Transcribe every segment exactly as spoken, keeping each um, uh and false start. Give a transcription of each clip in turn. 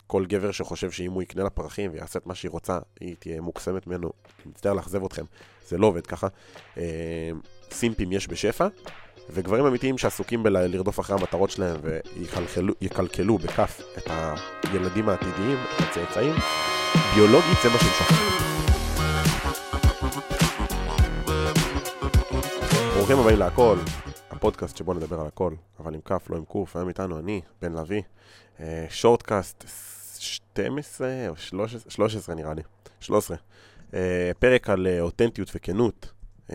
כל גבר שחושב שאם הוא יקנה לה פרחים ויעשה את מה שהיא רוצה, היא תהיה מוקסמת ממנו. אני מצטער לאכזב אתכם, זה לא עובד ככה. סימפים יש בשפע, וגברים אמיתיים שעסוקים בלרדוף אחרי המטרות שלהם ויקלקלו בכף את הילדים העתידיים, הצאצאים, ביולוגית זה מה שמשך. ברוכים הבאים להכל, הפודקאסט שבו נדבר על הכל, אבל עם כף, לא עם קוף. היום איתנו אני, בן לוי, שורטקאסט שתים עשרה או שלוש עשרה נראה לי, שלוש עשרה. פרק על אותנטיות וכנות.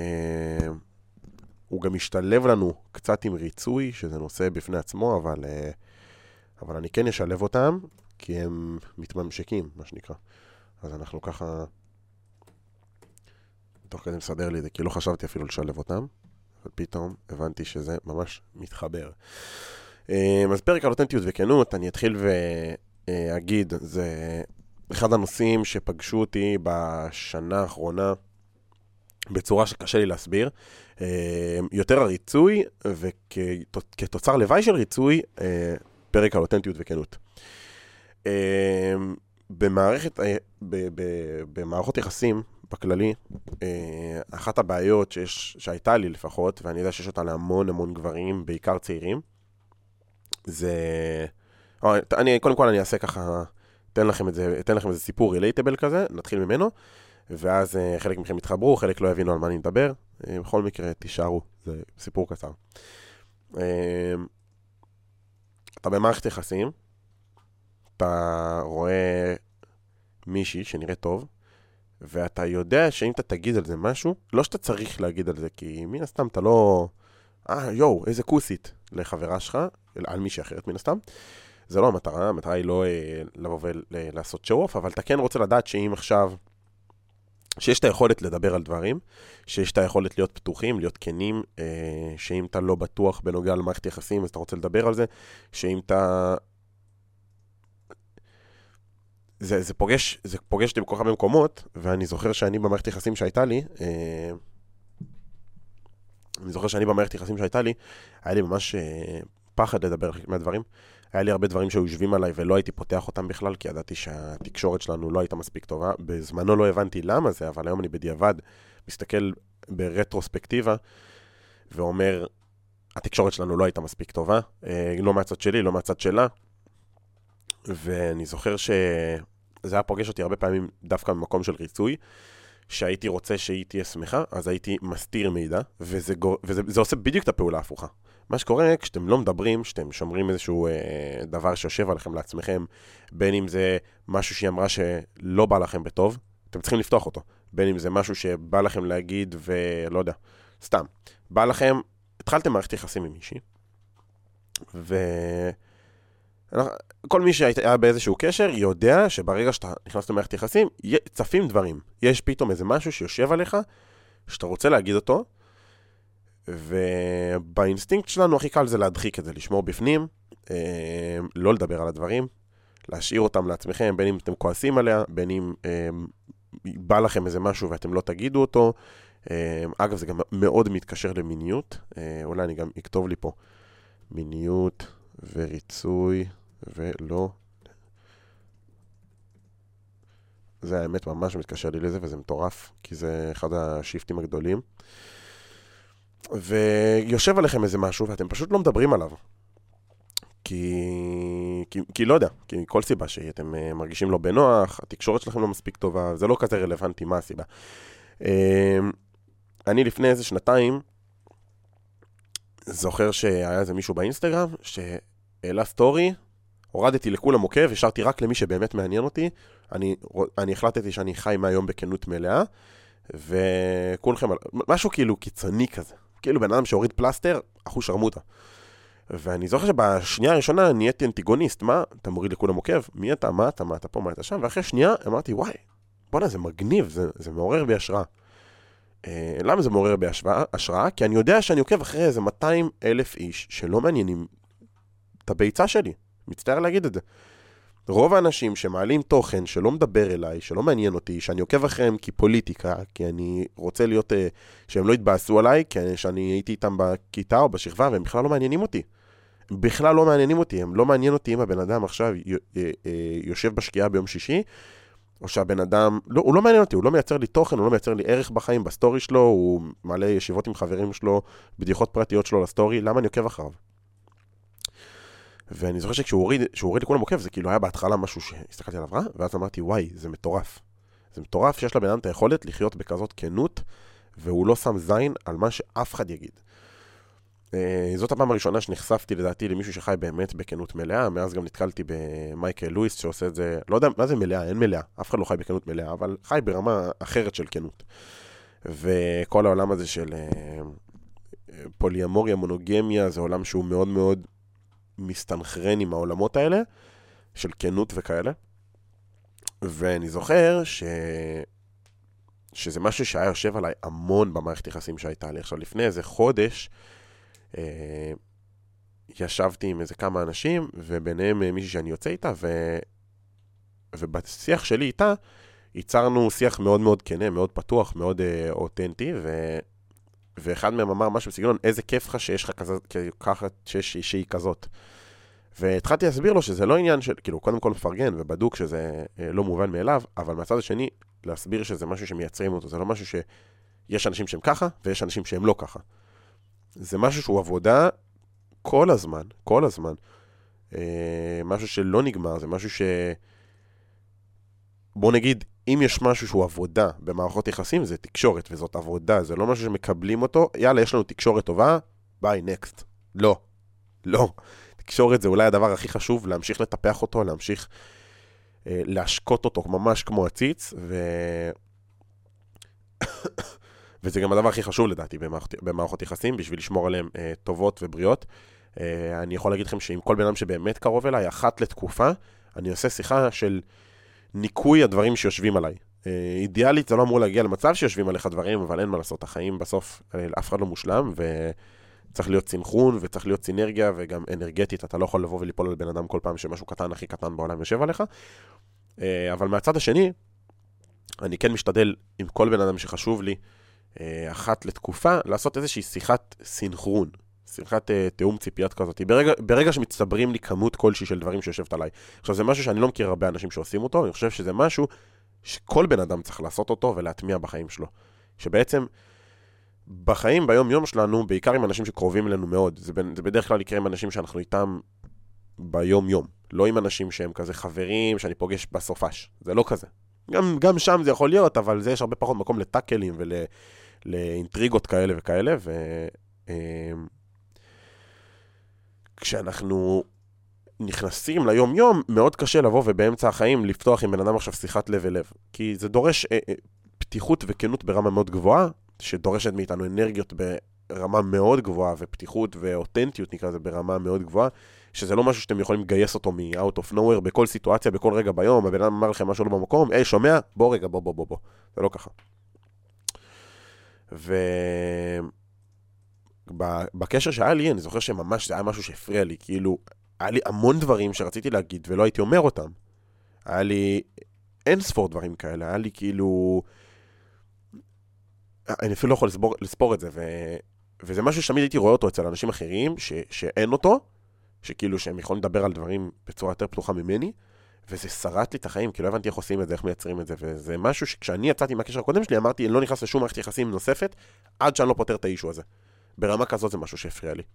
הוא גם משתלב לנו קצת עם ריצוי, שזה נושא בפני עצמו, אבל, אבל אני כן אשלב אותם, כי הם מתממשקים, מה שנקרא. אז אנחנו ככה, תוך כדי מסדר לי את זה, כי לא חשבתי אפילו לשלב אותם, אבל פתאום הבנתי שזה ממש מתחבר. אז פרק על אותנטיות וכנות, אני אתחיל ואגיד, זה אחד הנושאים שפגשו אותי בשנה האחרונה, בצורה שקשה לי להסביר, יותר הריצוי, וכתוצר לוואי של ריצוי, פרק על אותנטיות וכנות. במערכת, במערכות יחסים, בכללי, אחת הבעיות שיש, שהייתה לי לפחות, ואני יודע שיש אותה להמון המון גברים, בעיקר צעירים, זה, אני, קודם כל אני אעשה ככה, אתן לכם את זה, אתן לכם איזה סיפור רילייטבל כזה, נתחיל ממנו, ואז חלק מכם יתחברו, חלק לא יבינו על מה אני מדבר. בכל מקרה, תישארו, זה סיפור קצר. אתה במערכת יחסים, אתה רואה מישהי שנראה טוב, ואתה יודע שאם אתה תגיד על זה משהו, לא שאתה צריך להגיד על זה, כי מן הסתם אתה לא, אה, יו, איזה כוסית לחברה שלך, על מישהי אחרת מן הסתם. זה לא המטרה, המטרה היא לא לבוא ולעשות שואו-אוף, אבל אתה כן רוצה לדעת שאם עכשיו, שיש את היכולת לדבר על דברים, שיש את היכולת להיות פתוחים, להיות כנים, שאם אתה לא בטוח בנוגע למערכת יחסים, אז אתה רוצה לדבר על זה, שאם אתה... זה, זה פוגש, זה פוגש אותי בכל כך במקומות, ואני זוכר שאני במערכת יחסים שהייתה לי, אני זוכר שאני במערכת יחסים שהייתה לי, היה לי ממש פחד לדבר מהדברים, היה לי הרבה דברים שהיו יושבים עליי ולא הייתי פותח אותם בכלל, כי ידעתי שהתקשורת שלנו לא הייתה מספיק טובה. בזמנו לא הבנתי למה זה, אבל היום אני בדיעבד מסתכל ברטרוספקטיבה ואומר, התקשורת שלנו לא הייתה מספיק טובה, לא מהצד שלי, לא מהצד שלה. ואני זוכר שזה היה פוגש אותי הרבה פעמים דווקא במקום של ריצוי, שהייתי רוצה שהיא תהיה שמחה, אז הייתי מסתיר מידע, וזה, גור... וזה זה עושה בדיוק את הפעולה ההפוכה. מה שקורה כשאתם לא מדברים, שאתם שומרים איזשהו אה, דבר שיושב עליכם לעצמכם, בין אם זה משהו שהיא אמרה שלא בא לכם בטוב, אתם צריכים לפתוח אותו. בין אם זה משהו שבא לכם להגיד ולא יודע, סתם. בא לכם, התחלתם מערכת יחסים עם מישהי, וכל מי שהיה באיזשהו קשר יודע שברגע שאתה נכנס למערכת יחסים, צפים דברים. יש פתאום איזה משהו שיושב עליך, שאתה רוצה להגיד אותו, ובאינסטינקט שלנו הכי קל זה להדחיק את זה, לשמור בפנים, לא לדבר על הדברים, להשאיר אותם לעצמכם, בין אם אתם כועסים עליה, בין אם בא לכם איזה משהו ואתם לא תגידו אותו. אגב, זה גם מאוד מתקשר למיניות, אולי אני גם אכתוב לי פה, מיניות וריצוי ולא, זה האמת ממש מתקשר לי לזה, וזה מטורף, כי זה אחד השיפטים הגדולים. ויושב עליכם איזה משהו, ואתם פשוט לא מדברים עליו. כי, כי, כי לא יודע, כי כל סיבה שאתם מרגישים לא בנוח, התקשורת שלכם לא מספיק טובה, זה לא כזה רלוונטי, מה הסיבה. אני לפני איזה שנתיים, זוכר שהיה איזה מישהו באינסטגרם, שהעלה סטורי, הורדתי לכולם עוקב, השארתי רק למי שבאמת מעניין אותי, אני, אני החלטתי שאני חי מהיום בכנות מלאה, וכולכם, משהו כאילו קיצוני כזה, כאילו בן אדם שהוריד פלסטר, אחו שרמוטה. ואני זוכר שבשנייה הראשונה נהייתי אנטיגוניסט, מה? אתה מוריד לכולם עוקב? מי אתה? מה אתה? מה אתה פה? מה אתה שם? ואחרי שנייה אמרתי, וואי, בוא'נה, זה מגניב, זה, זה מעורר בי השראה. אה, למה זה מעורר בי השראה? השראה? כי אני יודע שאני עוקב אחרי איזה מאתיים אלף איש שלא מעניינים את הביצה שלי. מצטער להגיד את זה. רוב האנשים שמעלים תוכן שלא מדבר אליי, שלא מעניין אותי, שאני עוקב אחריהם כפוליטיקה, כי אני רוצה להיות, שהם לא יתבאסו עליי, כי שאני הייתי איתם בכיתה או בשכבה, והם בכלל לא מעניינים אותי. בכלל לא מעניינים אותי, הם לא מעניין אותי אם הבן אדם עכשיו יושב בשקיעה ביום שישי, או שהבן אדם, לא, הוא לא מעניין אותי, הוא לא מייצר לי תוכן, הוא לא מייצר לי ערך בחיים בסטורי שלו, הוא מעלה ישיבות עם חברים שלו, בדיחות פרטיות שלו לסטורי, למה אני עוקב אחריו? ואני זוכר שכשהוא הוריד, שהוא הוריד לכולם עוקב, זה כאילו היה בהתחלה משהו שהסתכלתי עליו רע, ואז אמרתי, וואי, זה מטורף. זה מטורף שיש לבן אדם את היכולת לחיות בכזאת כנות, והוא לא שם זין על מה שאף אחד יגיד. זאת הפעם הראשונה שנחשפתי לדעתי למישהו שחי באמת בכנות מלאה, מאז גם נתקלתי במייקל לואיס שעושה את זה, לא יודע מה זה מלאה, אין מלאה, אף אחד לא חי בכנות מלאה, אבל חי ברמה אחרת של כנות. וכל העולם הזה של פוליאמוריה, מונוגמיה, זה עולם שהוא מאוד מאוד מסתנכרן עם העולמות האלה, של כנות וכאלה. ואני זוכר ש... שזה משהו שהיה יושב עליי המון במערכת יחסים שהייתה לי. עכשיו, לפני איזה חודש, אה, ישבתי עם איזה כמה אנשים, וביניהם מישהי שאני יוצא איתה, ו... ובשיח שלי איתה, ייצרנו שיח מאוד מאוד כנה, מאוד פתוח, מאוד אה, אותנטי, ו... ואחד מהם אמר משהו בסגנון, איזה כיף לך שיש לך כזה, ככה שיש שהיא כזאת. והתחלתי להסביר לו שזה לא עניין של, כאילו, קודם כל מפרגן ובדוק שזה אה, לא מובן מאליו, אבל מהצד השני, להסביר שזה משהו שמייצרים אותו, זה לא משהו שיש אנשים שהם ככה, ויש אנשים שהם לא ככה. זה משהו שהוא עבודה כל הזמן, כל הזמן. אה, משהו שלא נגמר, זה משהו ש... בוא נגיד, אם יש משהו שהוא עבודה במערכות יחסים, זה תקשורת, וזאת עבודה, זה לא משהו שמקבלים אותו, יאללה, יש לנו תקשורת טובה, ביי, נקסט. לא, לא. תקשורת זה אולי הדבר הכי חשוב, להמשיך לטפח אותו, להמשיך אה, להשקות אותו ממש כמו הציץ, ו... וזה גם הדבר הכי חשוב לדעתי במערכות, במערכות יחסים, בשביל לשמור עליהם אה, טובות ובריאות. אה, אני יכול להגיד לכם שעם כל בן אדם שבאמת קרוב אליי, אחת לתקופה, אני עושה שיחה של ניקוי הדברים שיושבים עליי. אה, אידיאלית זה לא אמור להגיע למצב שיושבים עליך דברים, אבל אין מה לעשות, החיים בסוף, אה, אף אחד לא מושלם, וצריך להיות סינכרון, וצריך להיות סינרגיה, וגם אנרגטית, אתה לא יכול לבוא וליפול על בן אדם כל פעם שמשהו קטן, הכי קטן בעולם יושב עליך. אה, אבל מהצד השני, אני כן משתדל עם כל בן אדם שחשוב לי, אחת לתקופה, לעשות איזושהי שיחת סינכרון, שיחת תאום ציפיות כזאת. ברגע, ברגע שמצטברים לי כמות כלשהי של דברים שיושבת עליי. עכשיו, זה משהו שאני לא מכיר הרבה אנשים שעושים אותו, אני חושב שזה משהו שכל בן אדם צריך לעשות אותו ולהטמיע בחיים שלו. שבעצם, בחיים, ביום יום שלנו, בעיקר עם אנשים שקרובים אלינו מאוד, זה, זה בדרך כלל יקרה עם אנשים שאנחנו איתם ביום יום. לא עם אנשים שהם כזה חברים, שאני פוגש בסופש. זה לא כזה. גם, גם שם זה יכול להיות, אבל זה יש הרבה פחות מקום לטאקלים ולאינטריגות כאלה וכאלה, וכשאנחנו נכנסים ליום יום, מאוד קשה לבוא ובאמצע החיים לפתוח עם בן אדם עכשיו שיחת לב אל לב, כי זה דורש אה, אה, פתיחות וכנות ברמה מאוד גבוהה, שדורשת מאיתנו אנרגיות ברמה מאוד גבוהה, ופתיחות ואותנטיות נקרא זה ברמה מאוד גבוהה, שזה לא משהו שאתם יכולים לגייס אותו מ-out of nowhere בכל סיטואציה, בכל רגע ביום, הבן אדם אמר לכם משהו לא במקום, היי, שומע? בוא רגע, בוא, בוא, בוא, בוא. זה לא ככה. ובקשר שהיה לי, אני זוכר שממש זה היה משהו שהפריע לי, כאילו, היה לי המון דברים שרציתי להגיד ולא הייתי אומר אותם. היה לי אין ספור דברים כאלה, היה לי כאילו... אני אפילו לא יכול לספור, לספור את זה, ו... וזה משהו שתמיד הייתי רואה אותו אצל אנשים אחרים, ש... שאין אותו, שכאילו שהם יכולים לדבר על דברים בצורה יותר פתוחה ממני, וזה שרט לי את החיים, כי לא הבנתי איך עושים את זה, איך מייצרים את זה, וזה משהו שכשאני יצאתי מהקשר הקודם שלי, אמרתי, אני לא נכנס לשום מערכת יחסים נוספת, עד שאני לא פותר את האישו הזה. ברמה כזאת זה משהו שהפריע לי.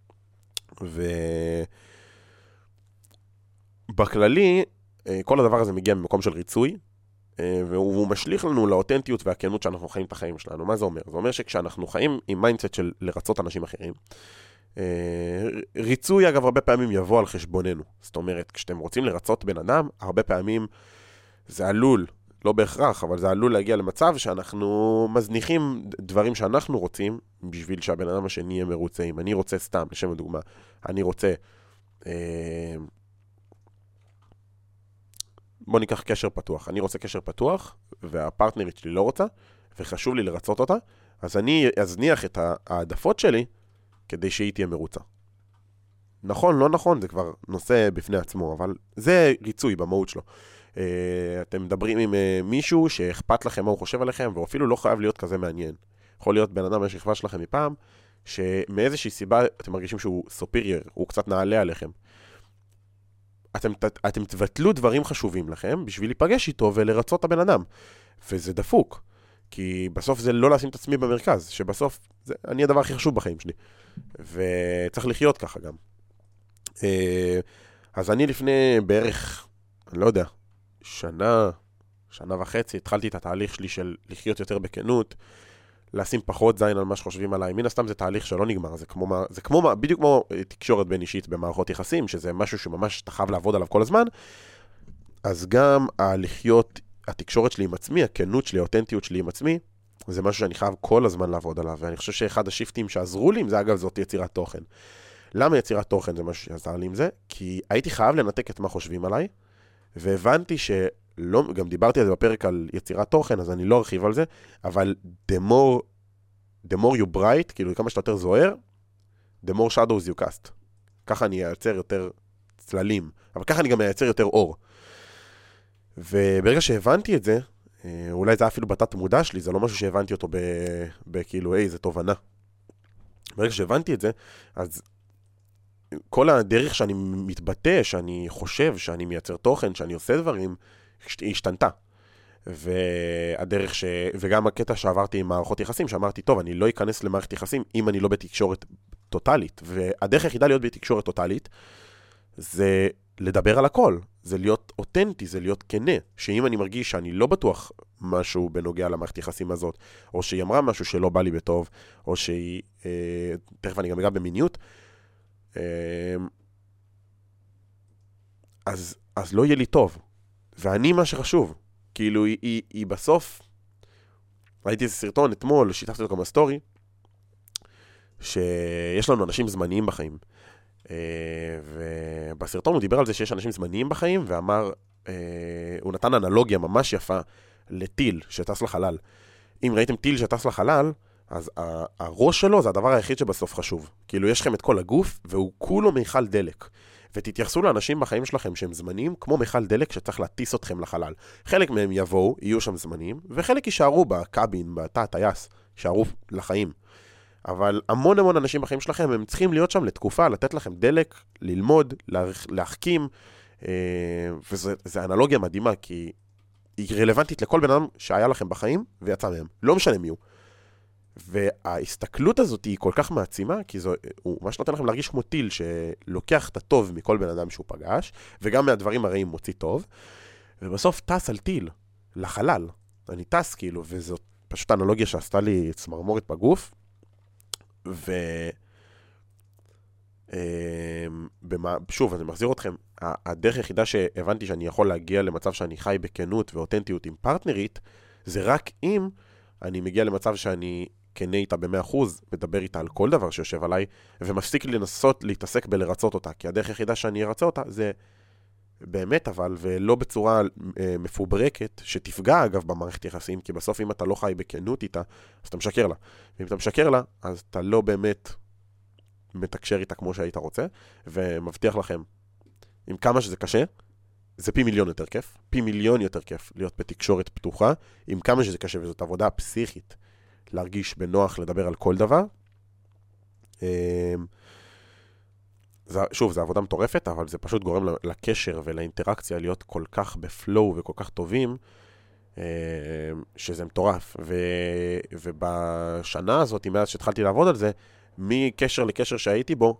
ובכללי, כל הדבר הזה מגיע ממקום של ריצוי, והוא משליך לנו לאותנטיות והכנות שאנחנו חיים את החיים שלנו. מה זה אומר? זה אומר שכשאנחנו חיים עם מיינדסט של לרצות אנשים אחרים, ריצוי אגב הרבה פעמים יבוא על חשבוננו. זאת אומרת, כשאתם רוצים לרצות בן אדם, הרבה פעמים זה עלול, לא בהכרח, אבל זה עלול להגיע למצב שאנחנו מזניחים דברים שאנחנו רוצים, בשביל שהבן אדם השני יהיה מרוצה. אם אני רוצה סתם, לשם הדוגמה, אני רוצה... בוא ניקח קשר פתוח. אני רוצה קשר פתוח, והפרטנרית שלי לא רוצה, וחשוב לי לרצות אותה, אז אני אזניח את העדפות שלי, כדי שהיא תהיה מרוצה. נכון, לא נכון, זה כבר נושא בפני עצמו, אבל זה ריצוי במהות שלו. אתם מדברים עם מישהו שאכפת לכם מה הוא חושב עליכם, ואפילו לא חייב להיות כזה מעניין. יכול להיות בן אדם מהשכבה שלכם מפעם, שמאיזושהי סיבה אתם מרגישים שהוא סופירייר, הוא קצת נעלה עליכם. אתם, אתם תבטלו דברים חשובים לכם בשביל להיפגש איתו ולרצות את הבן אדם. וזה דפוק, כי בסוף זה לא לשים את עצמי במרכז, שבסוף זה, אני הדבר הכי חשוב בחיים שלי. וצריך לחיות ככה גם. אז אני לפני בערך, אני לא יודע, שנה, שנה וחצי, התחלתי את התהליך שלי של לחיות יותר בכנות, לשים פחות זין על מה שחושבים עליי. מן הסתם זה תהליך שלא נגמר, זה כמו, זה כמו, בדיוק כמו תקשורת בין אישית במערכות יחסים, שזה משהו שממש אתה חייב לעבוד עליו כל הזמן. אז גם הלחיות, התקשורת שלי עם עצמי, הכנות שלי, האותנטיות שלי עם עצמי, זה משהו שאני חייב כל הזמן לעבוד עליו, ואני חושב שאחד השיפטים שעזרו לי עם זה, אגב, זאת יצירת תוכן. למה יצירת תוכן זה משהו שעזר לי עם זה? כי הייתי חייב לנתק את מה חושבים עליי, והבנתי שלא, גם דיברתי על זה בפרק על יצירת תוכן, אז אני לא ארחיב על זה, אבל the more, the more you bright, כאילו כמה שאתה יותר זוהר, the more shadows you cast. ככה אני אייצר יותר צללים, אבל ככה אני גם אייצר יותר אור. וברגע שהבנתי את זה, אולי זה אפילו בתת מודע שלי, זה לא משהו שהבנתי אותו בכאילו, היי, זה תובנה. ברגע שהבנתי את זה, אז כל הדרך שאני מתבטא, שאני חושב, שאני מייצר תוכן, שאני עושה דברים, השתנתה. והדרך ש... וגם הקטע שעברתי עם מערכות יחסים, שאמרתי, טוב, אני לא אכנס למערכת יחסים אם אני לא בתקשורת טוטלית. והדרך היחידה להיות בתקשורת טוטלית, זה לדבר על הכל. זה להיות אותנטי, זה להיות כנה. שאם אני מרגיש שאני לא בטוח משהו בנוגע למערכת יחסים הזאת, או שהיא אמרה משהו שלא בא לי בטוב, או שהיא... אה, תכף אני גם אגע במיניות, אז, אז לא יהיה לי טוב. ואני מה שחשוב. כאילו, היא, היא, היא בסוף, ראיתי איזה סרטון אתמול, שיתפתי אותו גם בסטורי, שיש לנו אנשים זמניים בחיים. ובסרטון הוא דיבר על זה שיש אנשים זמניים בחיים, ואמר, הוא נתן אנלוגיה ממש יפה לטיל שטס לחלל. אם ראיתם טיל שטס לחלל, אז הראש שלו זה הדבר היחיד שבסוף חשוב. כאילו יש לכם את כל הגוף, והוא כולו מיכל דלק. ותתייחסו לאנשים בחיים שלכם שהם זמניים, כמו מיכל דלק שצריך להטיס אתכם לחלל. חלק מהם יבואו, יהיו שם זמניים, וחלק יישארו בקאבין, בתא הטייס, יישארו לחיים. אבל המון המון אנשים בחיים שלכם, הם צריכים להיות שם לתקופה, לתת לכם דלק, ללמוד, להחכים, וזו אנלוגיה מדהימה, כי היא רלוונטית לכל בן אדם שהיה לכם בחיים, ויצא מהם. לא משנה מי הוא. וההסתכלות הזאת היא כל כך מעצימה, כי זו, הוא ממש נותן לכם להרגיש כמו טיל שלוקח את הטוב מכל בן אדם שהוא פגש, וגם מהדברים הרעים מוציא טוב, ובסוף טס על טיל, לחלל. אני טס כאילו, וזאת פשוט אנלוגיה שעשתה לי צמרמורת בגוף, ו... שוב, אני מחזיר אתכם, הדרך היחידה שהבנתי שאני יכול להגיע למצב שאני חי בכנות ואותנטיות עם פרטנרית, זה רק אם אני מגיע למצב שאני כנה איתה ב-מאה אחוז, מדבר איתה על כל דבר שיושב עליי, ומפסיק לנסות להתעסק בלרצות אותה, כי הדרך היחידה שאני ארצה אותה זה באמת אבל, ולא בצורה אה, מפוברקת, שתפגע אגב במערכת יחסים, כי בסוף אם אתה לא חי בכנות איתה, אז אתה משקר לה. ואם אתה משקר לה, אז אתה לא באמת מתקשר איתה כמו שהיית רוצה, ומבטיח לכם, עם כמה שזה קשה, זה פי מיליון יותר כיף, פי מיליון יותר כיף להיות בתקשורת פתוחה, עם כמה שזה קשה, וזאת עבודה פסיכית, להרגיש בנוח לדבר על כל דבר. זה, שוב, זו עבודה מטורפת, אבל זה פשוט גורם לקשר ולאינטראקציה להיות כל כך בפלואו וכל כך טובים, שזה מטורף. ו, ובשנה הזאת, מאז שהתחלתי לעבוד על זה, מקשר לקשר שהייתי בו,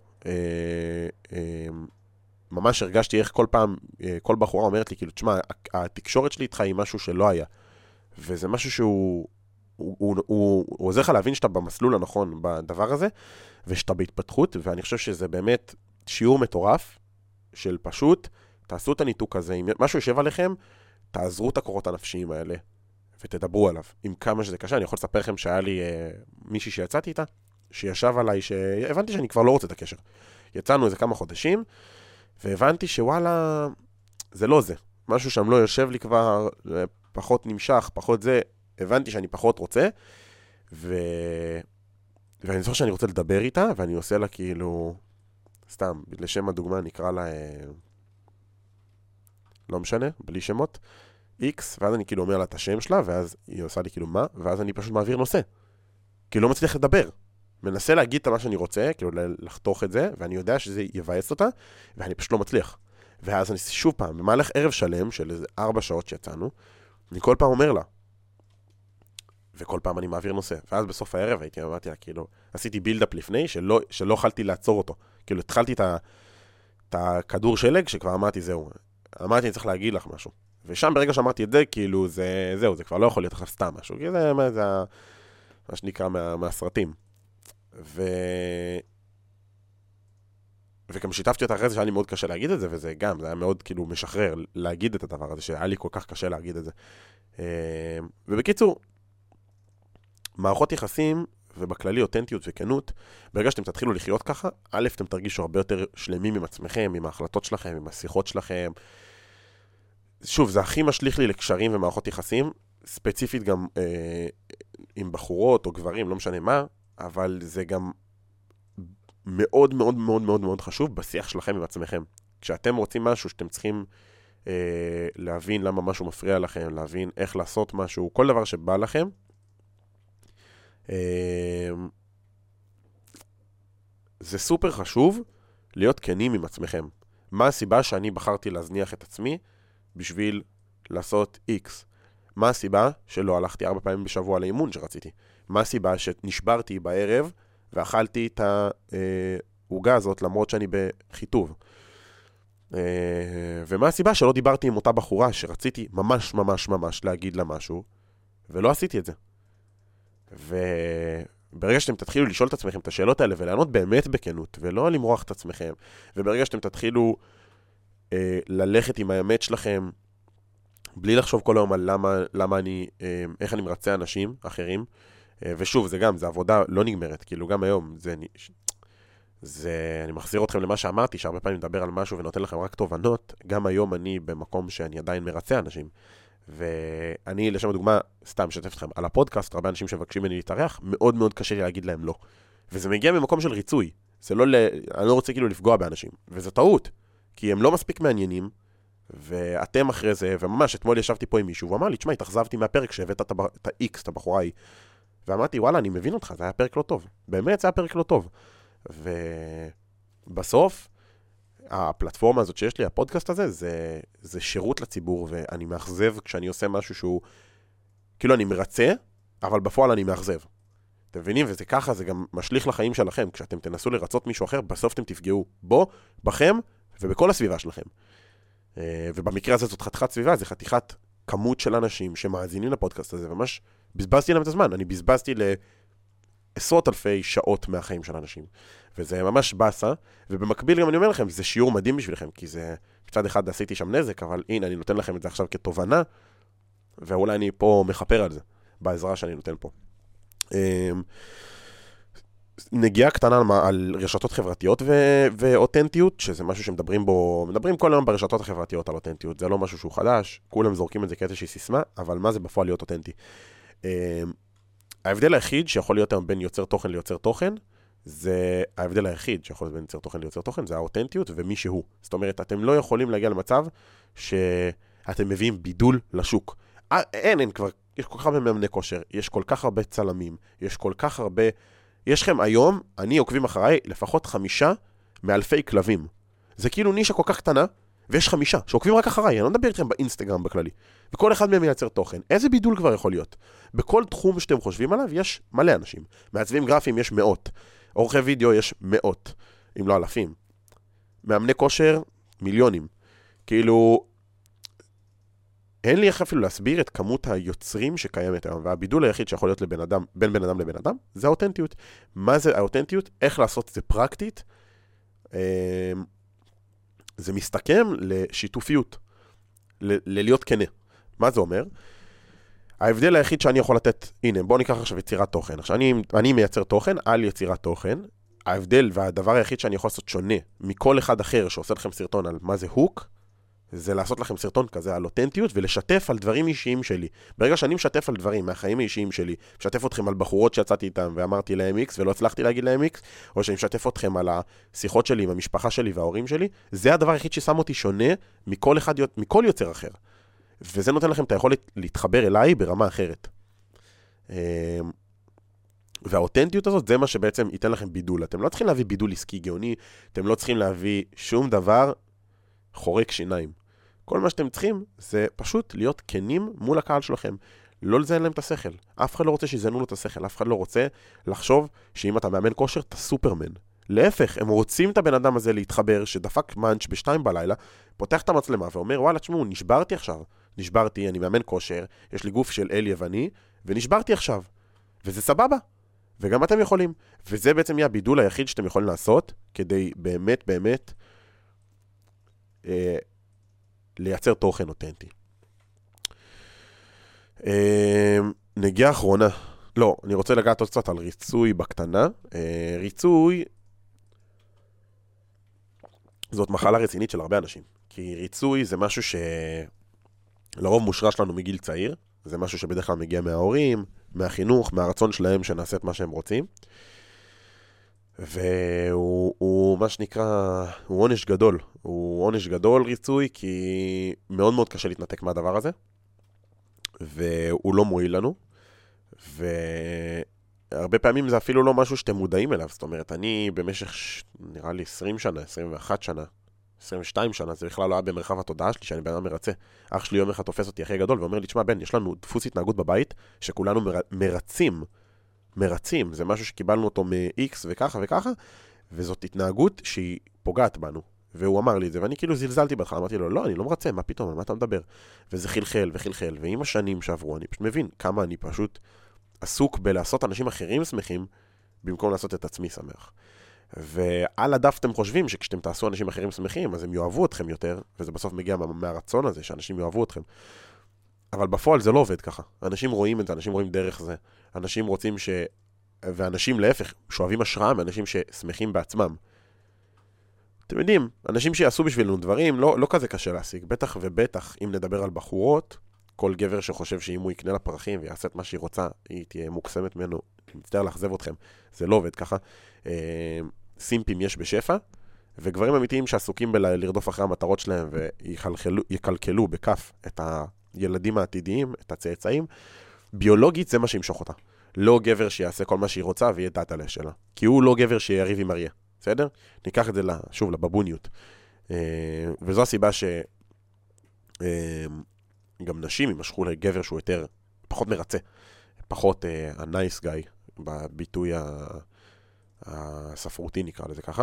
ממש הרגשתי איך כל פעם, כל בחורה אומרת לי, כאילו, תשמע, התקשורת שלי איתך היא משהו שלא היה. וזה משהו שהוא, הוא, הוא, הוא, הוא עוזר לך להבין שאתה במסלול הנכון בדבר הזה, ושאתה בהתפתחות, ואני חושב שזה באמת שיעור מטורף, של פשוט, תעשו את הניתוק הזה, אם משהו יושב עליכם, תעזרו את הקורות הנפשיים האלה, ותדברו עליו. עם כמה שזה קשה, אני יכול לספר לכם שהיה לי אה, מישהי שיצאתי איתה, שישב עליי, שהבנתי שאני כבר לא רוצה את הקשר. יצאנו איזה כמה חודשים, והבנתי שוואלה, זה לא זה. משהו שם לא יושב לי כבר, פחות נמשך, פחות זה, הבנתי שאני פחות רוצה, ו... ואני זוכר שאני רוצה לדבר איתה, ואני עושה לה כאילו, סתם, לשם הדוגמה נקרא לה, לא משנה, בלי שמות, X, ואז אני כאילו אומר לה את השם שלה, ואז היא עושה לי כאילו מה, ואז אני פשוט מעביר נושא. כי לא מצליח לדבר. מנסה להגיד את מה שאני רוצה, כאילו לחתוך את זה, ואני יודע שזה יבאס אותה, ואני פשוט לא מצליח. ואז אני שוב פעם, במהלך ערב שלם, של איזה ארבע שעות שיצאנו, אני כל פעם אומר לה, וכל פעם אני מעביר נושא. ואז בסוף הערב הייתי, אמרתי לה, כאילו, עשיתי בילדאפ לפני, שלא, שלא יכלתי לעצור אותו. כאילו, התחלתי את, ה, את הכדור שלג, שכבר אמרתי, זהו. אמרתי, אני צריך להגיד לך משהו. ושם ברגע שאמרתי את זה, כאילו, זה, זהו, זה כבר לא יכול להיות עכשיו סתם משהו. כי זה, זה, זה מה שנקרא מה, מהסרטים. ו... וגם שיתפתי אותה אחרי זה שהיה לי מאוד קשה להגיד את זה, וזה גם, זה היה מאוד כאילו משחרר להגיד את הדבר הזה, שהיה לי כל כך קשה להגיד את זה. ובקיצור, מערכות יחסים, ובכללי אותנטיות וכנות, ברגע שאתם תתחילו לחיות ככה, א', אתם תרגישו הרבה יותר שלמים עם עצמכם, עם ההחלטות שלכם, עם השיחות שלכם. שוב, זה הכי משליך לי לקשרים ומערכות יחסים, ספציפית גם אה, עם בחורות או גברים, לא משנה מה, אבל זה גם מאוד מאוד מאוד מאוד מאוד חשוב בשיח שלכם עם עצמכם. כשאתם רוצים משהו שאתם צריכים אה, להבין למה משהו מפריע לכם, להבין איך לעשות משהו, כל דבר שבא לכם, אה, זה סופר חשוב להיות כנים עם עצמכם. מה הסיבה שאני בחרתי להזניח את עצמי בשביל לעשות X? מה הסיבה שלא הלכתי ארבע פעמים בשבוע לאימון שרציתי? מה הסיבה שנשברתי בערב ואכלתי את ההוגה הזאת למרות שאני בחיטוב? ומה הסיבה שלא דיברתי עם אותה בחורה שרציתי ממש ממש ממש להגיד לה משהו ולא עשיתי את זה? וברגע שאתם תתחילו לשאול את עצמכם את השאלות האלה ולענות באמת בכנות ולא למרוח את עצמכם, וברגע שאתם תתחילו אה, ללכת עם האמת שלכם בלי לחשוב כל היום על למה, למה אני, אה, איך אני מרצה אנשים אחרים, אה, ושוב, זה גם, זה עבודה לא נגמרת, כאילו גם היום, זה, זה, אני מחזיר אתכם למה שאמרתי, שהרבה פעמים מדבר על משהו ונותן לכם רק תובנות, גם היום אני במקום שאני עדיין מרצה אנשים, ואני, לשם הדוגמה, סתם שתף אתכם, על הפודקאסט, הרבה אנשים שמבקשים ממני להתארח, מאוד מאוד קשה לי להגיד להם לא. וזה מגיע ממקום של ריצוי, זה לא, אני לא רוצה כאילו לפגוע באנשים, וזה טעות, כי הם לא מספיק מעניינים, ואתם אחרי זה, וממש אתמול ישבתי פה עם מישהו, והוא אמר לי, תשמע, התאכזבתי מהפרק שהבאת את ה-X, את הבחורה היא. ואמרתי, וואלה, אני מבין אותך, זה היה פרק לא טוב. באמת, זה היה פרק לא טוב. ובסוף, הפלטפורמה הזאת שיש לי, הפודקאסט הזה, זה, זה שירות לציבור, ואני מאכזב כשאני עושה משהו שהוא, כאילו אני מרצה, אבל בפועל אני מאכזב. אתם מבינים? וזה ככה, זה גם משליך לחיים שלכם. כשאתם תנסו לרצות מישהו אחר, בסוף אתם תפגעו בו, בכם, ובכל הסביבה שלכם. ובמקרה הזה זאת חתיכת סביבה, זה חתיכת כמות של אנשים שמאזינים לפודקאסט הזה, וממש בזבזתי להם את הזמן. אני בזבזתי לעשרות אלפי שעות מהחיים של אנשים. וזה ממש בסה, ובמקביל גם אני אומר לכם, זה שיעור מדהים בשבילכם, כי זה, מצד אחד עשיתי שם נזק, אבל הנה, אני נותן לכם את זה עכשיו כתובנה, ואולי אני פה מחפר על זה, בעזרה שאני נותן פה. נגיעה קטנה על רשתות חברתיות ו- ואותנטיות, שזה משהו שמדברים בו, מדברים כל היום ברשתות החברתיות על אותנטיות, זה לא משהו שהוא חדש, כולם זורקים את זה כאיזושהי סיסמה, אבל מה זה בפועל להיות אותנטי? ההבדל היחיד שיכול להיות בין יוצר תוכן ליוצר תוכן, זה ההבדל היחיד שיכול להיות בין יוצר תוכן ליוצר תוכן, זה האותנטיות ומי שהוא. זאת אומרת, אתם לא יכולים להגיע למצב שאתם מביאים בידול לשוק. אין, אין כבר, יש כל כך הרבה מאמני כושר, יש כל כך הרבה צלמים, יש כל כך הרבה... יש לכם היום, אני עוקבים אחריי, לפחות חמישה מאלפי כלבים. זה כאילו נישה כל כך קטנה, ויש חמישה שעוקבים רק אחריי, אני לא מדבר איתכם באינסטגרם בכללי. וכל אחד מהם מייצר תוכן. איזה בידול כבר יכול להיות? בכל תחום שאתם חושבים עליו, יש מלא אנשים. מעצבים גרפיים יש מאות. עורכי וידאו יש מאות, אם לא אלפים. מאמני כושר, מיליונים. כאילו, אין לי איך אפילו להסביר את כמות היוצרים שקיימת היום, והבידול היחיד שיכול להיות לבן אדם, בין בן אדם לבן אדם, זה האותנטיות. מה זה האותנטיות? איך לעשות את זה פרקטית? זה מסתכם לשיתופיות, ללהיות כנה. מה זה אומר? ההבדל היחיד שאני יכול לתת, הנה, בואו ניקח עכשיו יצירת תוכן. עכשיו, אני, אני מייצר תוכן על יצירת תוכן. ההבדל והדבר היחיד שאני יכול לעשות שונה מכל אחד אחר שעושה לכם סרטון על מה זה הוק, זה לעשות לכם סרטון כזה על אותנטיות ולשתף על דברים אישיים שלי. ברגע שאני משתף על דברים מהחיים האישיים שלי, משתף אתכם על בחורות שיצאתי איתם ואמרתי להם X ולא הצלחתי להגיד להם X, או שאני משתף אתכם על השיחות שלי עם המשפחה שלי וההורים שלי, זה הדבר היחיד ששם אותי שונה מכל אחד, מכל יוצר אחר. וזה נותן לכם את היכולת להתחבר אליי ברמה אחרת. והאותנטיות הזאת זה מה שבעצם ייתן לכם בידול. אתם לא צריכים להביא בידול עסקי גאוני, אתם לא צריכים להביא שום דבר חורק שיניים. כל מה שאתם צריכים זה פשוט להיות כנים מול הקהל שלכם. לא לזיין להם את השכל. אף אחד לא רוצה שיזיינו לו את השכל. אף אחד לא רוצה לחשוב שאם אתה מאמן כושר, אתה סופרמן. להפך, הם רוצים את הבן אדם הזה להתחבר, שדפק מאנץ' בשתיים בלילה, פותח את המצלמה ואומר, וואלה, תשמעו, נשברתי עכשיו. נשברתי, אני מאמן כושר, יש לי גוף של אל יווני, ונשברתי עכשיו. וזה סבבה. וגם אתם יכולים. וזה בעצם יהיה הבידול היחיד שאתם יכולים לעשות, כדי באמת, באמת, אה, לייצר תוכן אותנטי. אה, נגיעה אחרונה. לא, אני רוצה לגעת עוד קצת על ריצוי בקטנה. אה, ריצוי, זאת מחלה רצינית של הרבה אנשים. כי ריצוי זה משהו שלרוב מושרש לנו מגיל צעיר. זה משהו שבדרך כלל מגיע מההורים, מהחינוך, מהרצון שלהם שנעשה את מה שהם רוצים. והוא, הוא, מה שנקרא, הוא עונש גדול. הוא עונש גדול ריצוי, כי מאוד מאוד קשה להתנתק מהדבר הזה. והוא לא מועיל לנו. והרבה פעמים זה אפילו לא משהו שאתם מודעים אליו. זאת אומרת, אני במשך, נראה לי עשרים שנה, עשרים ואחת שנה, עשרים ושתיים שנה, זה בכלל לא היה במרחב התודעה שלי, שאני בן אדם מרצה. אח שלי יום אחד תופס אותי הכי גדול, ואומר לי, תשמע בן, יש לנו דפוס התנהגות בבית, שכולנו מר... מרצים, מרצים, זה משהו שקיבלנו אותו מ-X וככה וככה, וזאת התנהגות שהיא פוגעת בנו. והוא אמר לי את זה, ואני כאילו זלזלתי בהתחלה, אמרתי לו, לא, אני לא מרצה, מה פתאום, על מה אתה מדבר? וזה חלחל וחלחל, ועם השנים שעברו, אני פשוט מבין כמה אני פשוט עסוק בלעשות אנשים אחרים שמחים, במקום לעשות את עצמי שמח. ועל הדף אתם חושבים שכשאתם תעשו אנשים אחרים שמחים, אז הם יאהבו אתכם יותר, וזה בסוף מגיע מהרצון הזה, שאנשים יאהבו אתכם. אבל בפועל זה לא עובד ככה. אנשים רואים את זה, אנשים רואים דרך זה. אנשים רוצים ש... ואנשים להפך, שואבים השראה מאנשים ששמחים בעצמם. אתם יודעים, אנשים שיעשו בשבילנו דברים, לא, לא כזה קשה להשיג. בטח ובטח, אם נדבר על בחורות, כל גבר שחושב שאם הוא יקנה לפרחים ויעשה את מה שהיא רוצה, היא תהיה מוקסמת ממנו. אני מצטער לאכזב אתכם. זה לא עובד ככה. סימפים יש בשפע, וגברים אמיתיים שעסוקים בלרדוף אחרי המטרות שלהם ויקלקלו בכף את הילדים העתידיים, את הצאצאים, ביולוגית זה מה שימשוך אותה. לא גבר שיעשה כל מה שהיא רוצה ויהיה דעת עליה שלה. כי הוא לא גבר שיריב עם אריה. בסדר? ניקח את זה שוב לבבוניות. וזו הסיבה שגם נשים ימשכו לגבר שהוא יותר, פחות מרצה. פחות ה-nice guy בביטוי הספרותי נקרא לזה ככה.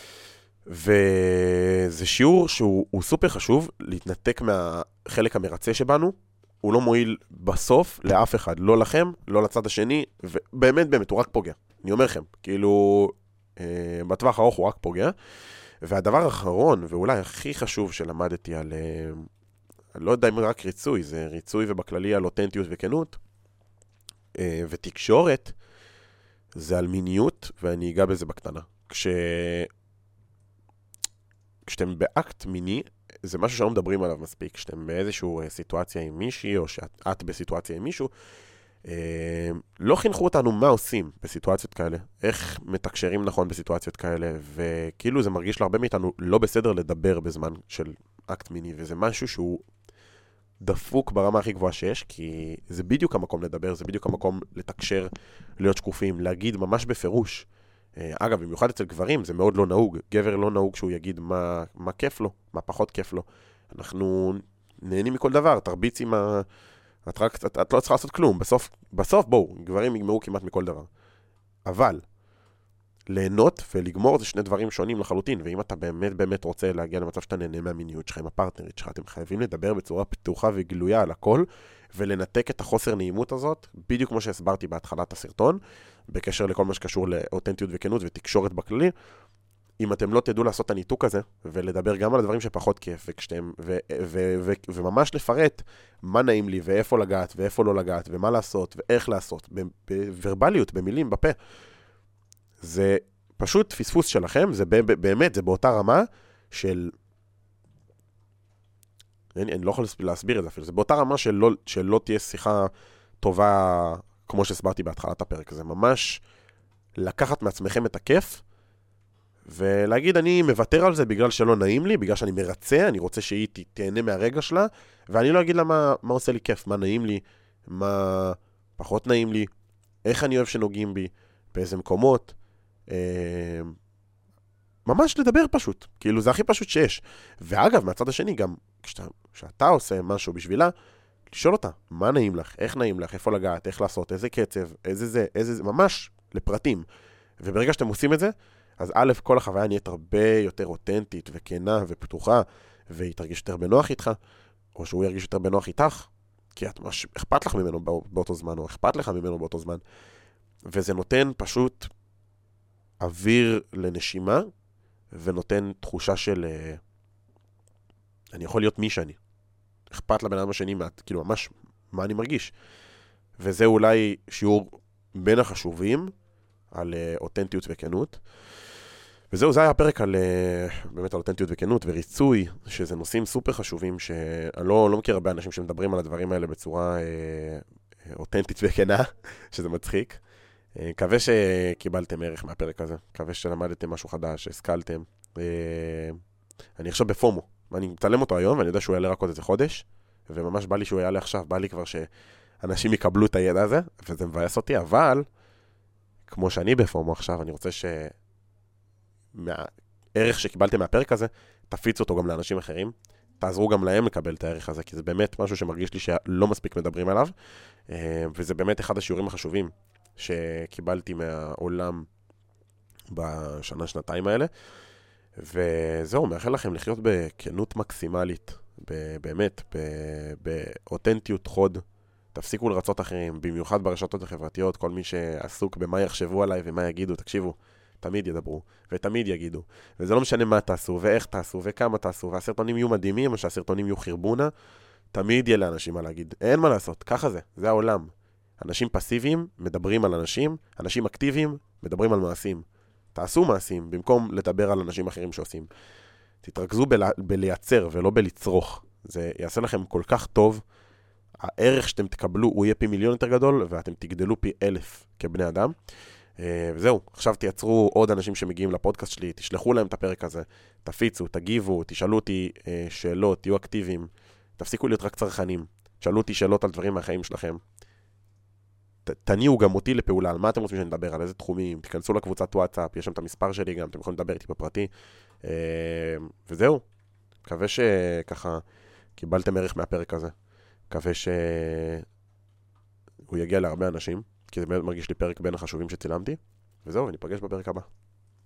וזה שיעור שהוא סופר חשוב להתנתק מהחלק המרצה שבנו. הוא לא מועיל בסוף לאף אחד, לא לכם, לא לצד השני, ובאמת באמת הוא רק פוגע. אני אומר לכם, כאילו אה, בטווח הארוך הוא רק פוגע. והדבר האחרון, ואולי הכי חשוב שלמדתי על, אה, לא יודע אם רק ריצוי, זה ריצוי ובכללי על אותנטיות וכנות, אה, ותקשורת, זה על מיניות, ואני אגע בזה בקטנה. כש... כשאתם באקט מיני, זה משהו שלא מדברים עליו מספיק. כשאתם באיזשהו סיטואציה עם מישהי, או שאת בסיטואציה עם מישהו, אה, לא חינכו אותנו מה עושים בסיטואציות כאלה, איך מתקשרים נכון בסיטואציות כאלה, וכאילו זה מרגיש להרבה מאיתנו לא בסדר לדבר בזמן של אקט מיני, וזה משהו שהוא דפוק ברמה הכי גבוהה שיש, כי זה בדיוק המקום לדבר, זה בדיוק המקום לתקשר, להיות שקופים, להגיד ממש בפירוש. אגב, במיוחד אצל גברים, זה מאוד לא נהוג. גבר לא נהוג שהוא יגיד מה, מה כיף לו, מה פחות כיף לו. אנחנו נהנים מכל דבר, תרביץ עם ה... את, רק, את, את לא צריכה לעשות כלום. בסוף, בסוף, בואו, גברים יגמרו כמעט מכל דבר. אבל, ליהנות ולגמור זה שני דברים שונים לחלוטין, ואם אתה באמת באמת רוצה להגיע למצב שאתה נהנה מהמיניות שלך, עם הפרטנרית שלך, אתם חייבים לדבר בצורה פתוחה וגלויה על הכל, ולנתק את החוסר נעימות הזאת, בדיוק כמו שהסברתי בהתחלת הסרטון, בקשר לכל מה שקשור לאותנטיות וכנות ותקשורת בכללי. אם אתם לא תדעו לעשות את הניתוק הזה, ולדבר גם על הדברים שפחות כיף, וכשאתם, ו, ו, ו, וממש לפרט מה נעים לי, ואיפה לגעת, ואיפה לא לגעת, ומה לעשות, ואיך לעשות, בוורבליות, במילים, בפה. זה פשוט פספוס שלכם, זה באמת, זה באותה רמה של... אני, אני לא יכול להסביר את זה אפילו, זה באותה רמה של לא, של לא תהיה שיחה טובה, כמו שהסברתי בהתחלת הפרק. זה ממש לקחת מעצמכם את הכיף, ולהגיד, אני מוותר על זה בגלל שלא נעים לי, בגלל שאני מרצה, אני רוצה שהיא תהנה מהרגע שלה, ואני לא אגיד לה מה, מה עושה לי כיף, מה נעים לי, מה פחות נעים לי, איך אני אוהב שנוגעים בי, באיזה מקומות, ממש לדבר פשוט, כאילו זה הכי פשוט שיש. ואגב, מהצד השני גם, כשאתה, כשאתה עושה משהו בשבילה, לשאול אותה, מה נעים לך, איך נעים לך, איפה לגעת, איך לעשות, איזה קצב, איזה זה, איזה זה, ממש לפרטים. וברגע שאתם עושים את זה, אז א', כל החוויה נהיית הרבה יותר אותנטית וכנה ופתוחה, והיא תרגיש יותר בנוח איתך, או שהוא ירגיש יותר בנוח איתך, כי את ממש אכפת לך ממנו באותו זמן, או אכפת לך ממנו באותו זמן. וזה נותן פשוט אוויר לנשימה, ונותן תחושה של אני יכול להיות מי שאני. אכפת לבן אדם השני, כאילו ממש מה אני מרגיש. וזה אולי שיעור בין החשובים על אותנטיות וכנות. וזהו, זה היה הפרק על באמת על אותנטיות וכנות וריצוי, שזה נושאים סופר חשובים שאני לא, לא מכיר הרבה אנשים שמדברים על הדברים האלה בצורה אה, אותנטית וכנה, שזה מצחיק. מקווה שקיבלתם ערך מהפרק הזה, מקווה שלמדתם משהו חדש, שהשכלתם. אני עכשיו בפומו, ואני מצלם אותו היום, ואני יודע שהוא יעלה רק עוד איזה חודש, וממש בא לי שהוא יעלה עכשיו, בא לי כבר שאנשים יקבלו את הידע הזה, וזה מבאס אותי, אבל כמו שאני בפומו עכשיו, אני רוצה שהערך שקיבלתם מהפרק הזה, תפיצו אותו גם לאנשים אחרים, תעזרו גם להם לקבל את הערך הזה, כי זה באמת משהו שמרגיש לי שלא מספיק מדברים עליו, וזה באמת אחד השיעורים החשובים שקיבלתי מהעולם בשנה, שנתיים האלה. וזהו, מאחל לכם לחיות בכנות מקסימלית, באמת, באותנטיות חוד. תפסיקו לרצות אחרים, במיוחד ברשתות החברתיות, כל מי שעסוק במה יחשבו עליי ומה יגידו, תקשיבו, תמיד ידברו, ותמיד יגידו. וזה לא משנה מה תעשו, ואיך תעשו, וכמה תעשו, והסרטונים יהיו מדהימים, או שהסרטונים יהיו חרבונה, תמיד יהיה לאנשים מה להגיד. אין מה לעשות, ככה זה, זה העולם. אנשים פסיביים מדברים על אנשים, אנשים אקטיביים מדברים על מעשים. תעשו מעשים, במקום לדבר על אנשים אחרים שעושים. תתרכזו בלה, בלייצר ולא בלצרוך. זה יעשה לכם כל כך טוב. הערך שאתם תקבלו הוא יהיה פי מיליון יותר גדול, ואתם תגדלו פי אלף כבני אדם. וזהו, עכשיו תייצרו עוד אנשים שמגיעים לפודקאסט שלי, תשלחו להם את הפרק הזה, תפיצו, תגיבו, תשאלו אותי שאלות, תהיו אקטיביים, תפסיקו להיות רק צרכנים. תשאלו אותי שאלות על דברים מהחיים שלכם. תניעו גם אותי לפעולה, על מה אתם רוצים שאני אדבר, על איזה תחומים, תיכנסו לקבוצת וואטסאפ, יש שם את המספר שלי גם, אתם יכולים לדבר איתי בפרטי, וזהו, מקווה שככה קיבלתם ערך מהפרק הזה, מקווה שהוא יגיע להרבה אנשים, כי זה באמת מרגיש לי פרק בין החשובים שצילמתי, וזהו, וניפגש בפרק הבא.